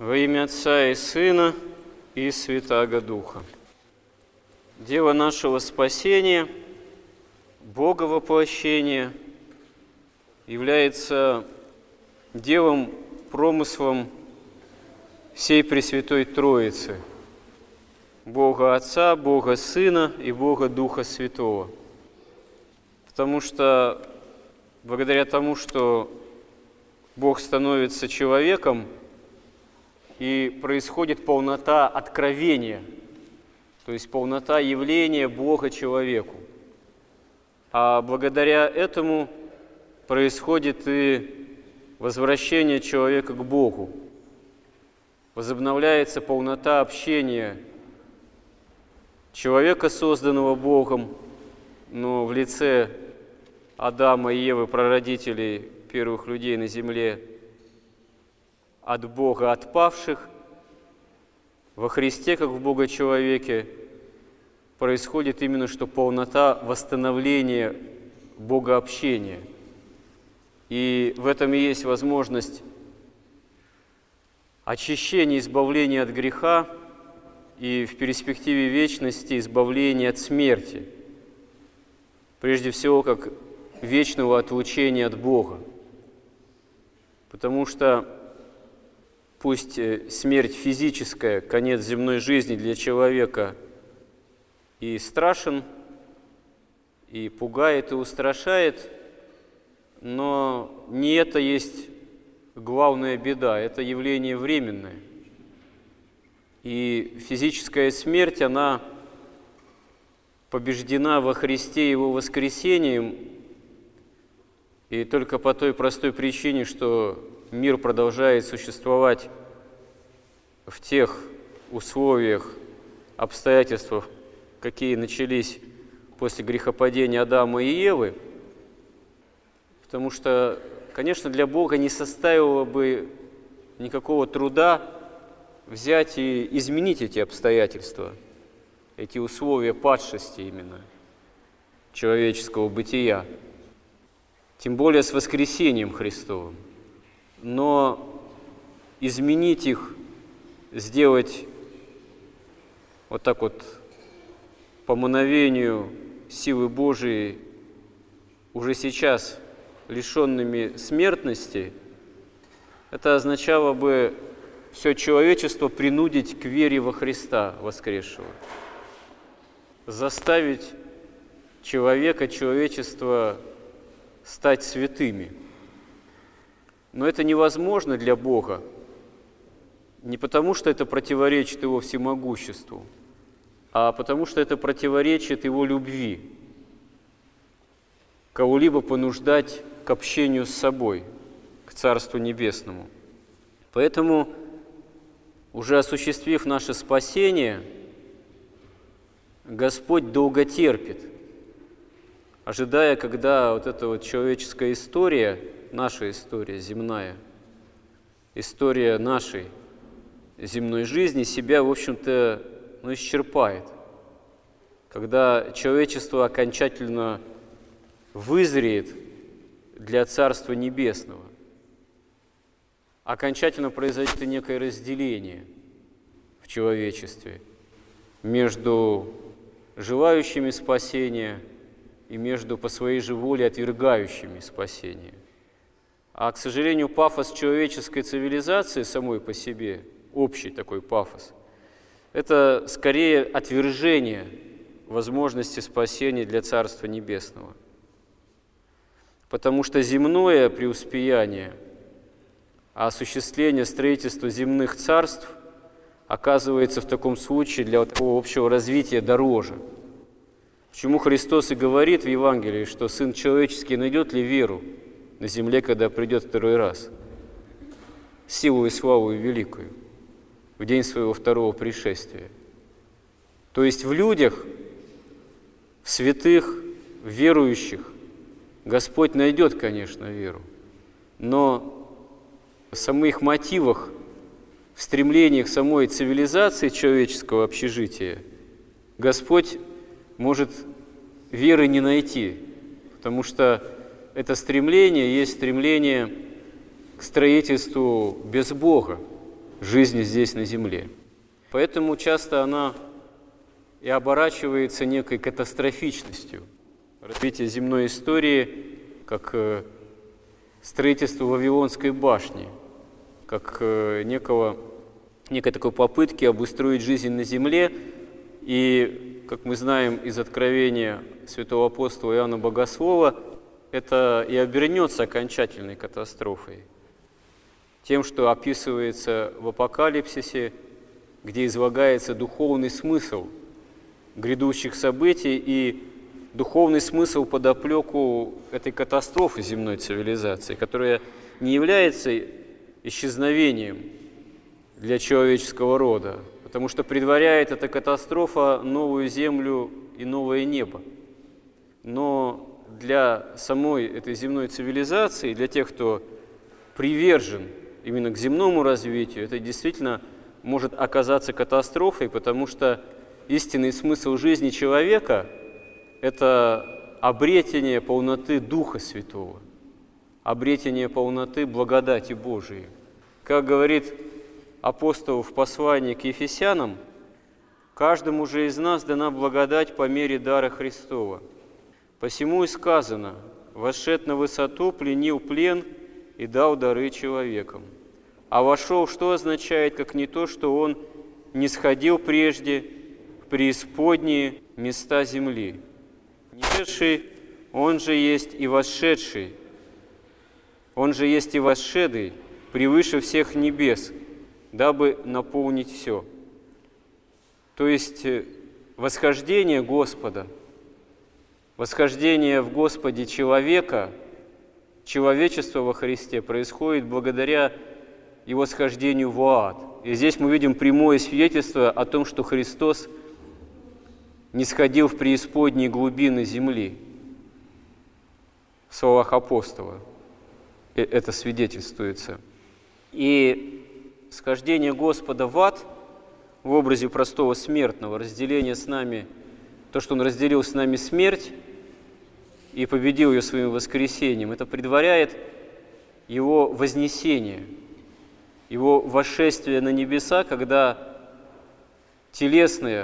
Во имя Отца и Сына и Святаго Духа. Дело нашего спасения, Бога воплощения, является делом, промыслом всей Пресвятой Троицы, Бога Отца, Бога Сына и Бога Духа Святого. Потому что благодаря тому, что Бог становится человеком, и происходит полнота откровения, то есть полнота явления Бога человеку. А благодаря этому происходит и возвращение человека к Богу. Возобновляется полнота общения человека, созданного Богом, но в лице Адама и Евы, прародителей первых людей на земле, от Бога отпавших, во Христе, как в Бога-человеке, происходит именно что полнота восстановления Богообщения. И в этом и есть возможность очищения, избавления от греха и в перспективе вечности избавления от смерти, прежде всего как вечного отлучения от Бога. Потому что пусть смерть физическая, конец земной жизни для человека и страшен, и пугает, и устрашает, но не это есть главная беда, это явление временное. И физическая смерть, она побеждена во Христе Его воскресением, и только по той простой причине, что мир продолжает существовать в тех условиях, обстоятельствах, какие начались после грехопадения Адама и Евы, потому что, конечно, для Бога не составило бы никакого труда взять и изменить эти обстоятельства, эти условия падшести именно человеческого бытия, тем более с воскресением Христовым. Но изменить их, сделать вот так вот по мановению силы Божией уже сейчас лишенными смертности, это означало бы все человечество принудить к вере во Христа воскресшего, заставить человека, человечество стать святыми. Но это невозможно для Бога, не потому что это противоречит Его всемогуществу, а потому что это противоречит Его любви, кого-либо понуждать к общению с собой, к Царству Небесному. Поэтому, уже осуществив наше спасение, Господь долго терпит, ожидая, когда вот эта вот человеческая история, наша история земная, история нашей земной жизни себя, в общем-то, исчерпает. Когда человечество окончательно вызреет для Царства Небесного, окончательно произойдет некое разделение в человечестве между желающими спасения и между по своей же воле отвергающими спасения. А, к сожалению, пафос человеческой цивилизации самой по себе, общий такой пафос, это скорее отвержение возможности спасения для Царства Небесного. Потому что земное преуспеяние, осуществление строительства земных царств оказывается в таком случае для такого общего развития дороже. Почему Христос и говорит в Евангелии, что Сын Человеческий найдет ли веру на земле, когда придет второй раз, силу и славу великую, в день своего второго пришествия. То есть в людях, в святых, в верующих Господь найдет, конечно, веру, но в самих мотивах, в стремлениях самой цивилизации человеческого общежития Господь может веры не найти, потому что это стремление есть стремление к строительству без Бога, жизни здесь на земле. Поэтому часто она и оборачивается некой катастрофичностью. Развитие земной истории, как строительство Вавилонской башни, как некой такой попытки обустроить жизнь на земле. И, как мы знаем из откровения святого апостола Иоанна Богослова, это и обернется окончательной катастрофой. Тем, что описывается в Апокалипсисе, где излагается духовный смысл грядущих событий и духовный смысл подоплеку этой катастрофы земной цивилизации, которая не является исчезновением для человеческого рода, потому что предваряет эта катастрофа новую землю и новое небо. Но для самой этой земной цивилизации, для тех, кто привержен именно к земному развитию, это действительно может оказаться катастрофой, потому что истинный смысл жизни человека – это обретение полноты Духа Святого, обретение полноты благодати Божией. Как говорит апостол в послании к Ефесянам, «Каждому же из нас дана благодать по мере дара Христова. Посему и сказано, вошед на высоту, пленил плен и дал дары человекам. А вошел, что означает, как не то, что он не сходил прежде в преисподние места земли. Не шедший, он же есть и восшедший, он же есть и восшедший превыше всех небес, дабы наполнить все». То есть восхождение Господа, восхождение в Господе человека, человечество во Христе происходит благодаря его схождению в ад. И здесь мы видим прямое свидетельство о том, что Христос не сходил в преисподние глубины земли. В словах апостола это свидетельствуется. И схождение Господа в ад в образе простого смертного, разделение с нами, то, что Он разделил с нами смерть и победил ее своим воскресением, это предваряет Его вознесение, Его восшествие на небеса, когда телесный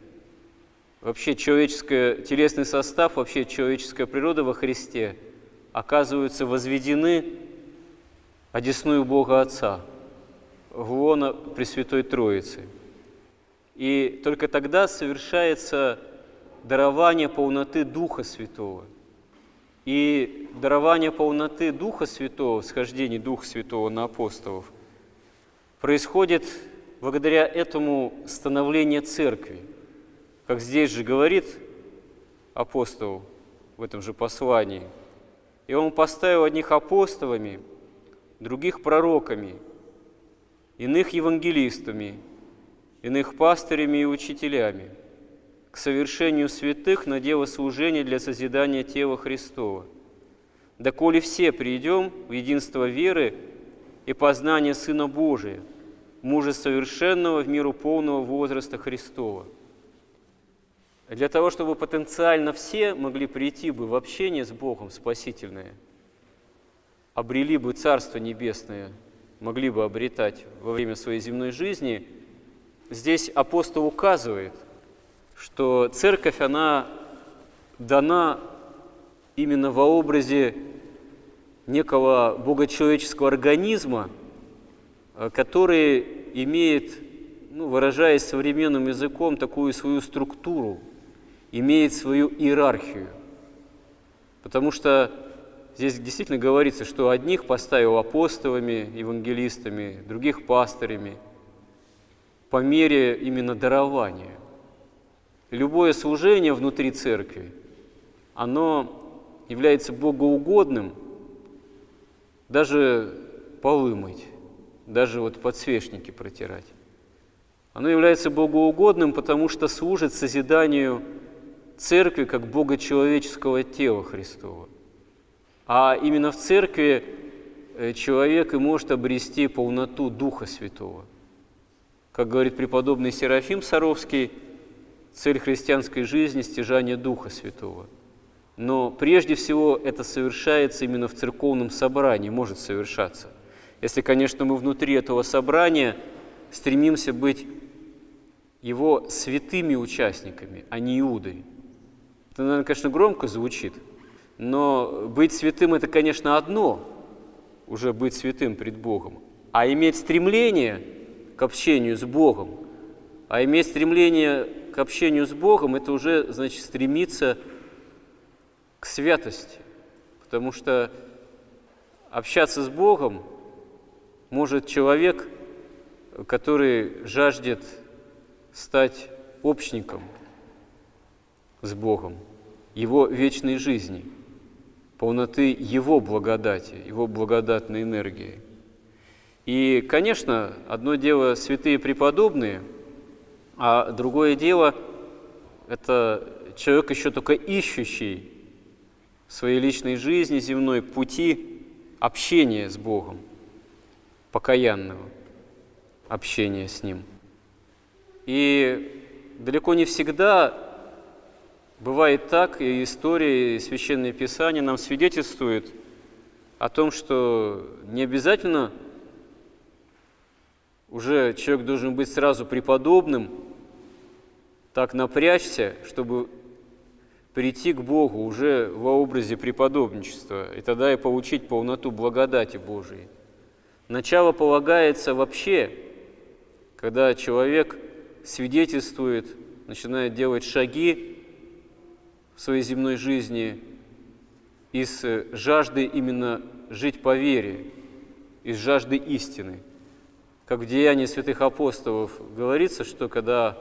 телесный состав, вообще человеческая природа во Христе оказываются возведены одесную Бога Отца, в лоно Пресвятой Троицы. И только тогда совершается дарование полноты Духа Святого. И дарование полноты Духа Святого, схождение Духа Святого на апостолов, происходит благодаря этому становление Церкви. Как здесь же говорит апостол в этом же послании, «И он поставил одних апостолами, других пророками, иных евангелистами, иных пастырями и учителями, к совершению святых на дело служения для созидания тела Христова. Доколе все придем в единство веры и познания Сына Божия, мужа совершенного в меру полного возраста Христова». Для того, чтобы потенциально все могли прийти бы в общение с Богом спасительное, обрели бы Царство Небесное, могли бы обретать во время своей земной жизни, здесь апостол указывает, что Церковь, она дана именно во образе некого богочеловеческого организма, который имеет, выражаясь современным языком, такую свою структуру, имеет свою иерархию. Потому что здесь действительно говорится, что одних поставил апостолами, евангелистами, других пастырями, по мере именно дарования. Любое служение внутри церкви, оно является богоугодным, даже полы мыть, даже подсвечники протирать. Оно является богоугодным, потому что служит созиданию церкви как богочеловеческого тела Христова. А именно в церкви человек и может обрести полноту Духа Святого. Как говорит преподобный Серафим Саровский, цель христианской жизни – стяжание Духа Святого. Но прежде всего это совершается именно в церковном собрании, может совершаться. Если, конечно, мы внутри этого собрания стремимся быть его святыми участниками, а не Иудой. Это, наверное, конечно, громко звучит, но быть святым – это, конечно, одно, уже быть святым пред Богом, а иметь стремление к общению с Богом, а иметь стремление к общению с Богом – это уже, значит, стремиться к святости, потому что общаться с Богом может человек, который жаждет стать общником с Богом, Его вечной жизни, полноты Его благодати, Его благодатной энергии. И, конечно, одно дело святые преподобные, а другое дело – это человек еще только ищущий в своей личной жизни земной пути общения с Богом, покаянного общения с Ним. И далеко не всегда бывает так, и история, и Священное Писание нам свидетельствуют о том, что не обязательно уже человек должен быть сразу преподобным, так напрячься, чтобы прийти к Богу уже во образе преподобничества, и тогда и получить полноту благодати Божией. Начало полагается вообще, когда человек свидетельствует, начинает делать шаги в своей земной жизни из жажды именно жить по вере, из жажды истины. Как в Деянии святых апостолов говорится, что когда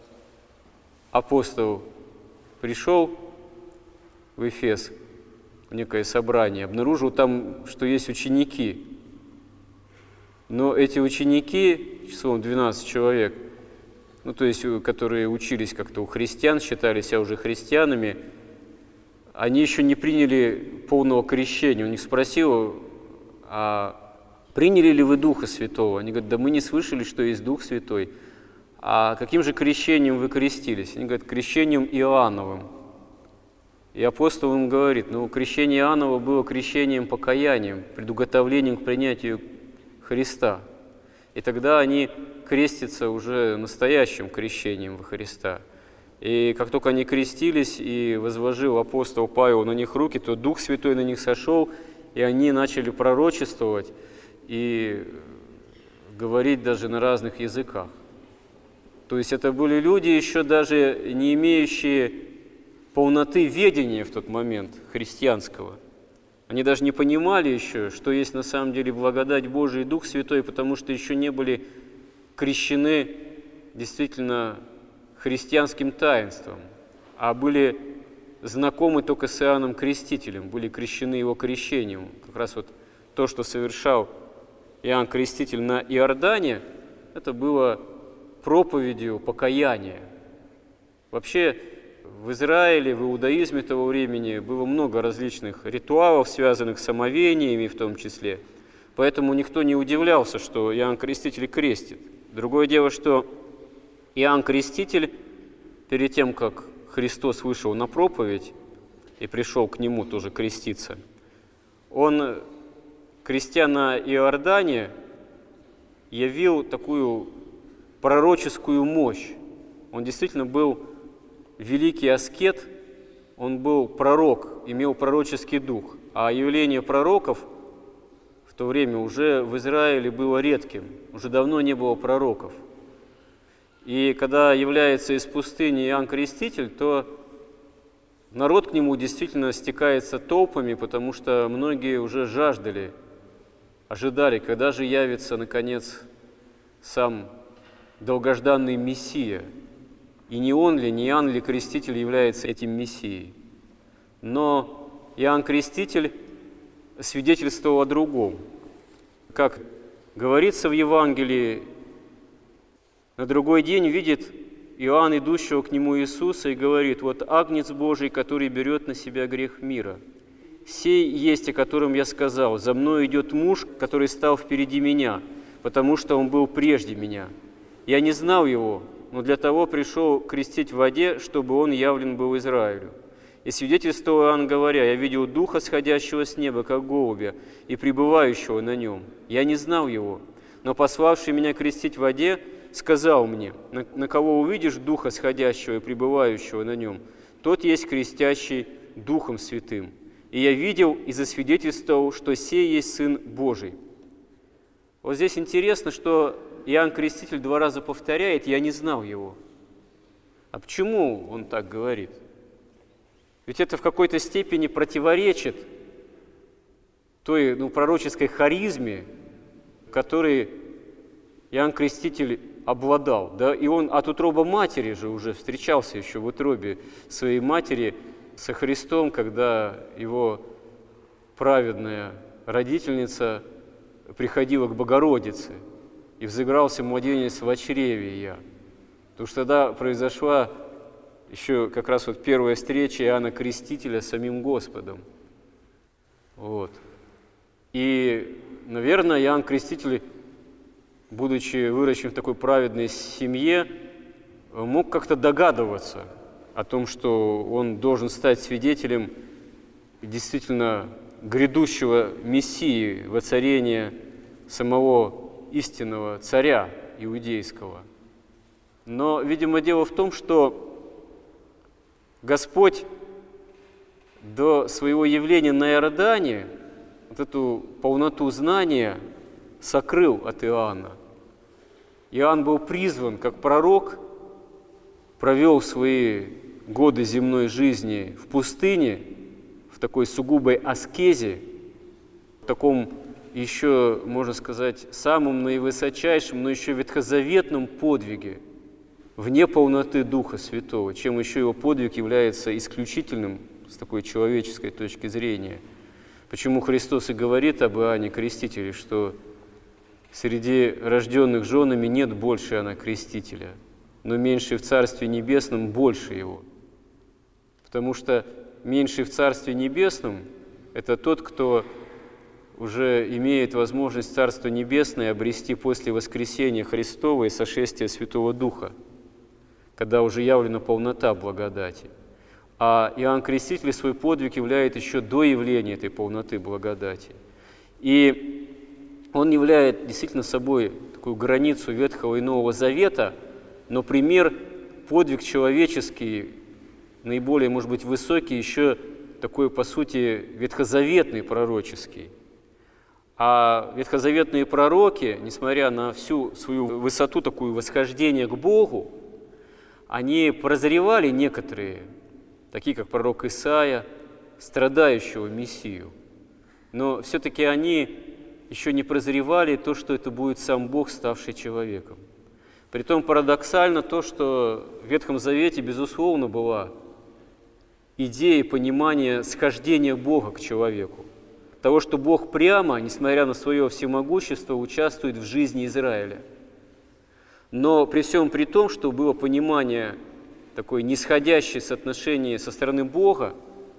апостол пришел в Эфес, в некое собрание, обнаружил там, что есть ученики. Но эти ученики, числом 12 человек, то есть, которые учились как-то у христиан, считали себя уже христианами, они еще не приняли полного крещения. Он их спросил, а приняли ли вы Духа Святого? Они говорят, да мы не слышали, что есть Дух Святой. А каким же крещением вы крестились? Они говорят, крещением Иоанновым. И апостол им говорит, крещение Иоаннова было крещением покаянием, предуготовлением к принятию Христа. И тогда они крестятся уже настоящим крещением во Христа. И как только они крестились, и возложил апостол Павел на них руки, то Дух Святой на них сошел, и они начали пророчествовать и говорить даже на разных языках. То есть это были люди, еще даже не имеющие полноты ведения в тот момент христианского. Они даже не понимали еще, что есть на самом деле благодать Божия и Дух Святой, потому что еще не были крещены действительно христианским таинством, а были знакомы только с Иоанном Крестителем, были крещены его крещением. Как раз вот то, что совершал Иоанн Креститель на Иордане, это было проповедью покаяния. Вообще в Израиле, в иудаизме того времени было много различных ритуалов, связанных с омовениями в том числе. Поэтому никто не удивлялся, что Иоанн Креститель крестит. Другое дело, что Иоанн Креститель, перед тем, как Христос вышел на проповедь и пришел к Нему тоже креститься, он, крестя на Иордане, явил такую пророческую мощь. Он действительно был великий аскет, он был пророк, имел пророческий дух. А явление пророков в то время уже в Израиле было редким, уже давно не было пророков. И когда является из пустыни Иоанн Креститель, то народ к нему действительно стекается толпами, потому что многие уже жаждали, ожидали, когда же явится, наконец, сам долгожданный Мессия. И не он ли, не Иоанн ли Креститель является этим Мессией. Но Иоанн Креститель свидетельствовал о другом. Как говорится в Евангелии, на другой день видит Иоанн, идущего к нему Иисуса, и говорит: «Вот Агнец Божий, который берет на себя грех мира. Сей есть, о котором я сказал, за мной идет муж, который стал впереди меня, потому что он был прежде меня. Я не знал его, но для того пришел крестить в воде, чтобы он явлен был Израилю. И свидетельствовал Иоанн, говоря: я видел Духа, сходящего с неба, как голубя, и пребывающего на нем. Я не знал его, но пославший меня крестить в воде, сказал мне: на кого увидишь Духа сходящего и пребывающего на нем, тот есть крестящий Духом Святым. И я видел и засвидетельствовал, что сей есть Сын Божий». Вот здесь интересно, что Иоанн Креститель 2 раза повторяет: «Я не знал его». А почему он так говорит? Ведь это в какой-то степени противоречит той пророческой харизме, которой Иоанн Креститель обладал. Да? И он от утроба матери же уже встречался еще в утробе своей матери со Христом, когда его праведная родительница приходила к Богородице, и взыгрался младенец во чреве ее. Потому что тогда произошла еще как раз вот первая встреча Иоанна Крестителя с самим Господом. Вот. И, наверное, Иоанн Креститель, будучи выращен в такой праведной семье, мог как-то догадываться о том, что он должен стать свидетелем действительно грядущего Мессии, воцарения самого истинного царя иудейского. Но, видимо, дело в том, что Господь до своего явления на Иордане вот эту полноту знания сокрыл от Иоанна. Иоанн был призван как пророк, провел свои годы земной жизни в пустыне, в такой сугубой аскезе, в таком еще, можно сказать, самом наивысочайшем, но еще ветхозаветном подвиге, вне полноты Духа Святого, чем еще его подвиг является исключительным с такой человеческой точки зрения. Почему Христос и говорит об Иоанне Крестителе, что среди рожденных женами нет больше Иоанна Крестителя, но меньший в Царстве Небесном больше его. Потому что меньший в Царстве Небесном – это тот, кто уже имеет возможность Царство Небесное обрести после воскресения Христова и сошествия Святого Духа, когда уже явлена полнота благодати. А Иоанн Креститель свой подвиг являет еще до явления этой полноты благодати. И он являет действительно собой такую границу Ветхого и Нового Завета, но пример, подвиг человеческий, наиболее, может быть, высокий, еще такой, по сути, ветхозаветный, пророческий. А ветхозаветные пророки, несмотря на всю свою высоту, такую восхождение к Богу, они прозревали некоторые, такие как пророк Исаия, страдающего Мессию. Но все-таки они еще не прозревали то, что это будет сам Бог, ставший человеком. Притом парадоксально то, что в Ветхом Завете, безусловно, была идея понимания схождения Бога к человеку. Того, что Бог прямо, несмотря на свое всемогущество, участвует в жизни Израиля. Но при всем при том, что было понимание такое нисходящее соотношение со стороны Бога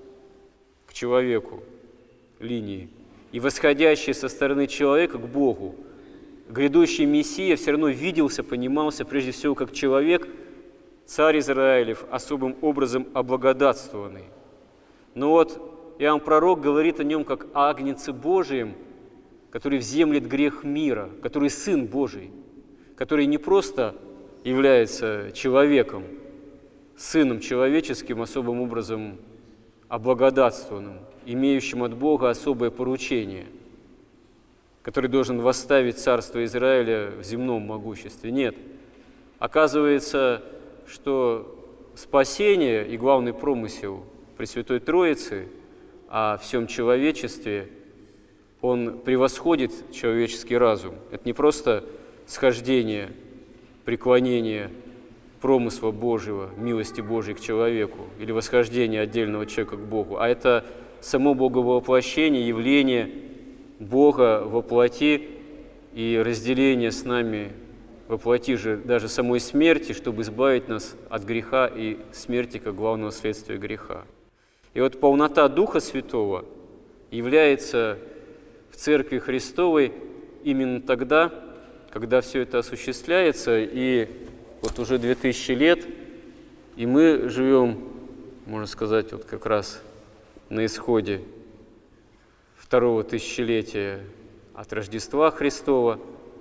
к человеку линии и восходящее со стороны человека к Богу, грядущий Мессия все равно виделся, понимался прежде всего как человек, царь Израилев, особым образом облагодатствованный. Но вот Иоанн Пророк говорит о нем как о Агнце Божием, который вземлет грех мира, который Сын Божий, который не просто является человеком, Сыном человеческим, особым образом облагодатствованным, имеющим от Бога особое поручение, который должен восставить царство Израиля в земном могуществе. Нет. Оказывается, что спасение и главный промысел Пресвятой Троицы о всем человечестве, он превосходит человеческий разум. Это не просто схождение, преклонение промысла Божьего, милости Божьей к человеку или восхождение отдельного человека к Богу, а это само Боговоплощение, явление Бога во плоти и разделение с нами во плоти же даже самой смерти, чтобы избавить нас от греха и смерти как главного следствия греха. И вот полнота Духа Святого является в Церкви Христовой именно тогда, когда все это осуществляется, и вот уже 2000 лет, и мы живем, можно сказать, вот как раз на исходе второго тысячелетия от Рождества Христова,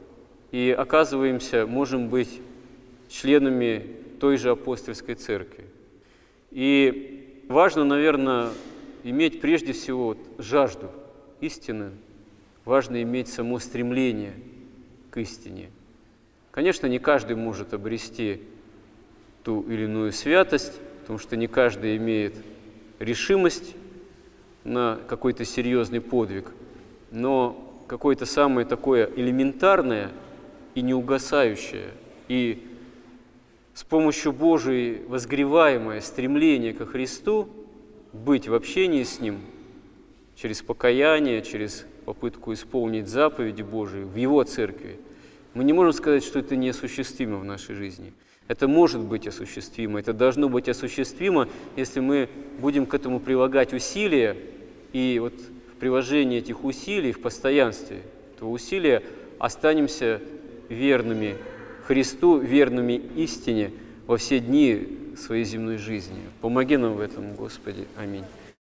и оказываемся, можем быть членами той же апостольской церкви. И важно, наверное, иметь прежде всего жажду истины, важно иметь само стремление к истине. Конечно, не каждый может обрести ту или иную святость, потому что не каждый имеет решимость на какой-то серьезный подвиг, но какое-то самое такое элементарное и неугасающее, и с помощью Божией возгреваемое стремление ко Христу быть в общении с Ним через покаяние, через попытку исполнить заповеди Божии в Его церкви, мы не можем сказать, что это неосуществимо в нашей жизни. Это может быть осуществимо, это должно быть осуществимо, если мы будем к этому прилагать усилия, и вот в приложении этих усилий, в постоянстве этого усилия останемся верными Христу, верными истине во все дни своей земной жизни. Помоги нам в этом, Господи. Аминь.